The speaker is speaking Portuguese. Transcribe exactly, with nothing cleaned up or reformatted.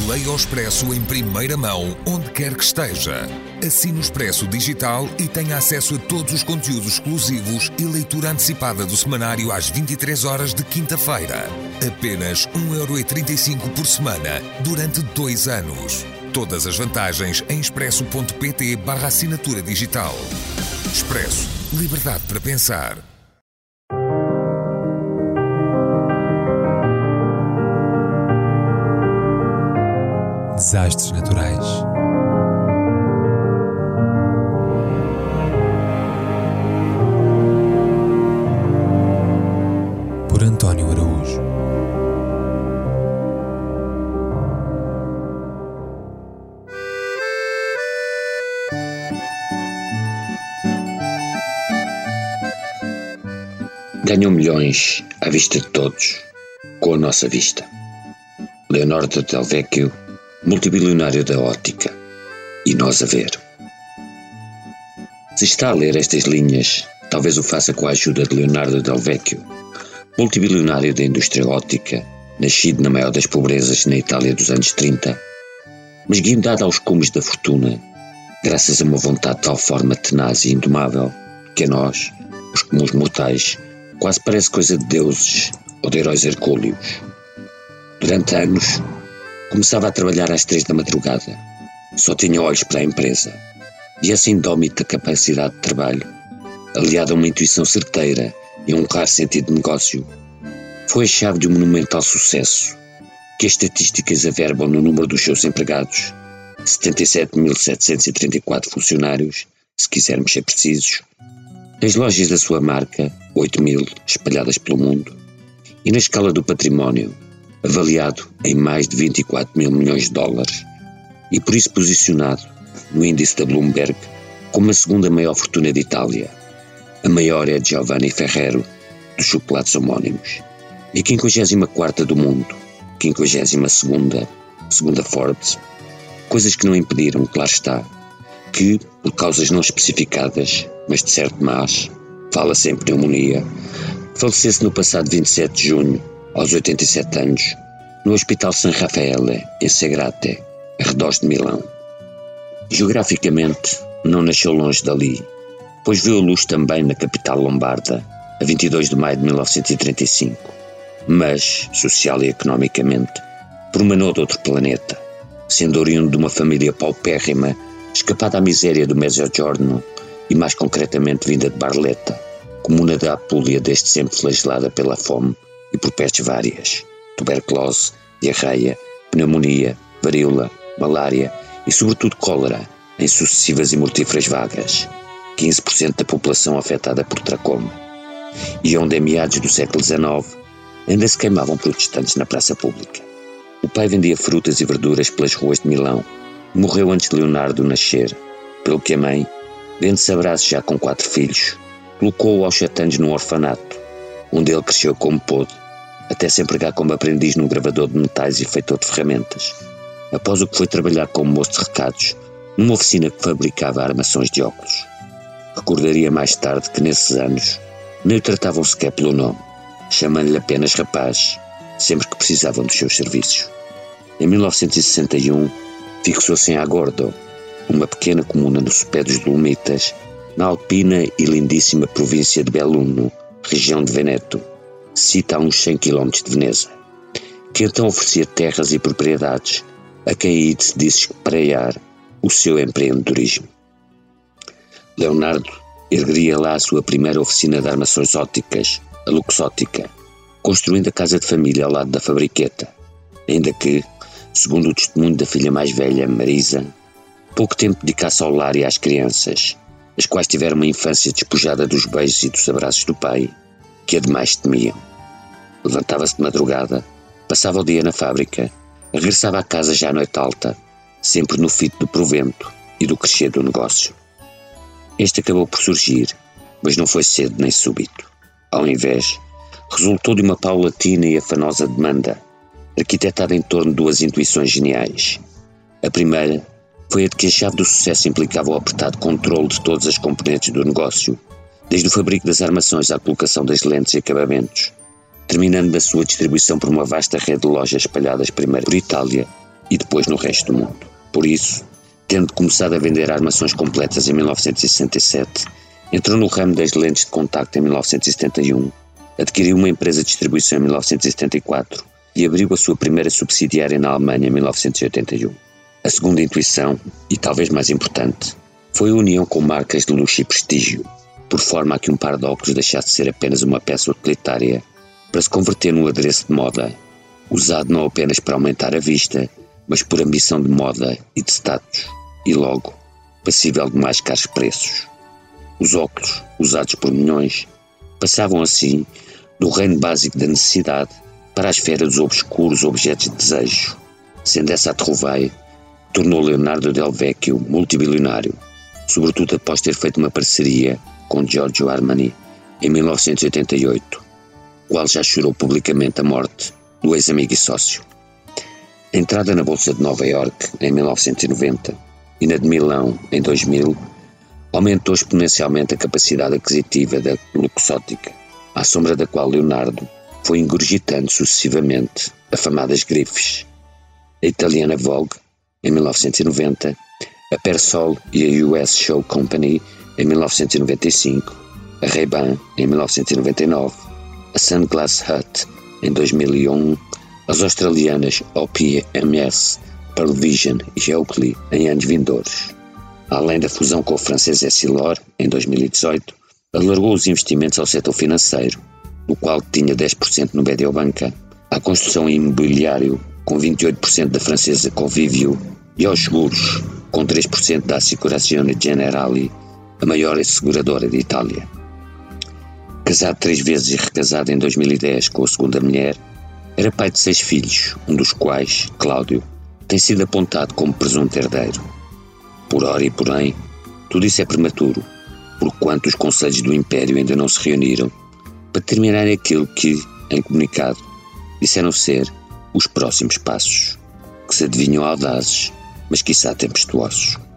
Leia o Expresso em primeira mão, onde quer que esteja. Assine o Expresso Digital e tenha acesso a todos os conteúdos exclusivos e leitura antecipada do semanário às vinte e três horas de quinta-feira. Apenas um euro e trinta e cinco por semana, durante dois anos. Todas as vantagens em expresso.pt barra assinatura digital. Expresso. Liberdade para pensar. Desastres naturais. Por António Araújo. Ganham milhões à vista de todos, com a nossa vista. Leonardo Del Vecchio, multibilionário da óptica, e nós a ver. Se está a ler estas linhas, talvez o faça com a ajuda de Leonardo Del Vecchio, multibilionário da indústria óptica, nascido na maior das pobrezas na Itália dos anos trinta, mas guindado aos cumes da fortuna, graças a uma vontade de tal forma tenaz e indomável, que a nós, os comuns mortais, quase parece coisa de deuses ou de heróis hercúleos. Durante anos, começava a trabalhar às três da madrugada. Só tinha olhos para a empresa. E essa indómita capacidade de trabalho, aliada a uma intuição certeira e a um raro sentido de negócio, foi a chave de um monumental sucesso, que as estatísticas averbam no número dos seus empregados, setenta e sete mil setecentos e trinta e quatro funcionários, se quisermos ser precisos, nas lojas da sua marca, oito mil espalhadas pelo mundo, e na escala do património, avaliado em mais de vinte e quatro mil milhões de dólares, e por isso posicionado no índice da Bloomberg como a segunda maior fortuna de Itália. A maior é a de Giovanni Ferrero, dos chocolates homónimos, e a quinquagésima quarta do mundo, quinquagésima segunda, segundo a Forbes, coisas que não impediram, claro está, que, por causas não especificadas, mas de certo más, fala-se em pneumonia, falecesse no passado vinte e sete de junho, aos oitenta e sete anos, no Hospital San Raffaele, em Segrate, arredores de Milão. Geograficamente, não nasceu longe dali, pois viu a luz também na capital lombarda, a vinte e dois de maio de mil novecentos e trinta e cinco, mas, social e economicamente, promanou de outro planeta, sendo oriundo de uma família paupérrima, escapada à miséria do Mezzogiorno e mais concretamente vinda de Barletta, comuna da Apulia desde sempre flagelada pela fome e por pestes várias, tuberculose, diarreia, pneumonia, varíola, malária e sobretudo cólera, em sucessivas e mortíferas vagas, quinze por cento da população afetada por tracoma, e onde em meados do século dezenove ainda se queimavam protestantes na praça pública. O pai vendia frutas e verduras pelas ruas de Milão, e morreu antes de Leonardo nascer, pelo que a mãe, vendo-se abraço já com quatro filhos, colocou-o aos sete anos num orfanato, onde ele cresceu como pôde, até se empregar como aprendiz num gravador de metais e feitor de ferramentas, após o que foi trabalhar como moço de recados numa oficina que fabricava armações de óculos. Recordaria mais tarde que nesses anos nem o tratavam sequer pelo nome, chamando-lhe apenas rapaz, sempre que precisavam dos seus serviços. Em mil novecentos e sessenta e um, fixou-se em Agordo, uma pequena comuna no sopé dos Dolomitas, na alpina e lindíssima província de Belluno, região de Veneto, cita a uns cem quilómetros de Veneza, que então oferecia terras e propriedades a quem aí decidisse espraiar o seu empreendedorismo. Leonardo ergueria lá a sua primeira oficina de armações ópticas, a Luxótica, construindo a casa de família ao lado da fabriqueta, ainda que, segundo o testemunho da filha mais velha, Marisa, pouco tempo dedicasse ao lar e às crianças, as quais tiveram uma infância despojada dos beijos e dos abraços do pai, que ademais temiam. Levantava-se de madrugada, passava o dia na fábrica, regressava à casa já à noite alta, sempre no fito do provento e do crescer do negócio. Este acabou por surgir, mas não foi cedo nem súbito. Ao invés, resultou de uma paulatina e afanosa demanda, arquitetada em torno de duas intuições geniais. A primeira foi a de que a chave do sucesso implicava o apertado controle de todas as componentes do negócio, desde o fabrico das armações à colocação das lentes e acabamentos, terminando na sua distribuição por uma vasta rede de lojas espalhadas primeiro por Itália e depois no resto do mundo. Por isso, tendo começado a vender armações completas em mil novecentos e sessenta e sete, entrou no ramo das lentes de contacto em mil novecentos e setenta e um, adquiriu uma empresa de distribuição em mil novecentos e setenta e quatro e abriu a sua primeira subsidiária na Alemanha em mil novecentos e oitenta e um. A segunda intuição, e talvez mais importante, foi a união com marcas de luxo e prestígio, por forma a que um par de óculos deixasse de ser apenas uma peça utilitária para se converter num adereço de moda, usado não apenas para aumentar a vista, mas por ambição de moda e de status, e logo, passível de mais caros preços. Os óculos, usados por milhões, passavam assim do reino básico da necessidade para a esfera dos obscuros objetos de desejo, sendo essa a Trouvaille tornou Leonardo Del Vecchio multibilionário, sobretudo após ter feito uma parceria com Giorgio Armani em mil novecentos e oitenta e oito, o qual já chorou publicamente a morte do ex-amigo e sócio. A entrada na Bolsa de Nova Iorque em mil novecentos e noventa e na de Milão em dois mil aumentou exponencialmente a capacidade aquisitiva da luxótica, à sombra da qual Leonardo foi ingurgitando sucessivamente afamadas grifes. A italiana Vogue em mil novecentos e noventa, a Persol e a U S Show Company em mil novecentos e noventa e cinco, a Ray-Ban em mil novecentos e noventa e nove, a Sunglass Hut em dois mil e um, as australianas O P M S, Pearle Vision e Oakley em anos vindouros. Além da fusão com o francês Essilor em dois mil e dezoito, alargou os investimentos ao setor financeiro, do qual tinha dez por cento no Mediobanca, à construção e imobiliário, com vinte e oito por cento da francesa Covivio, e aos seguros, com três por cento da Assicurazione Generali, a maior seguradora de Itália. Casado três vezes e recasado em dois mil e dez com a segunda mulher, era pai de seis filhos, um dos quais, Cláudio, tem sido apontado como presunto herdeiro. Por ora e porém, tudo isso é prematuro, porquanto os conselhos do Império ainda não se reuniram para determinar aquilo que, em comunicado, disseram ser os próximos passos, que se adivinham audazes, mas quiçá tempestuosos.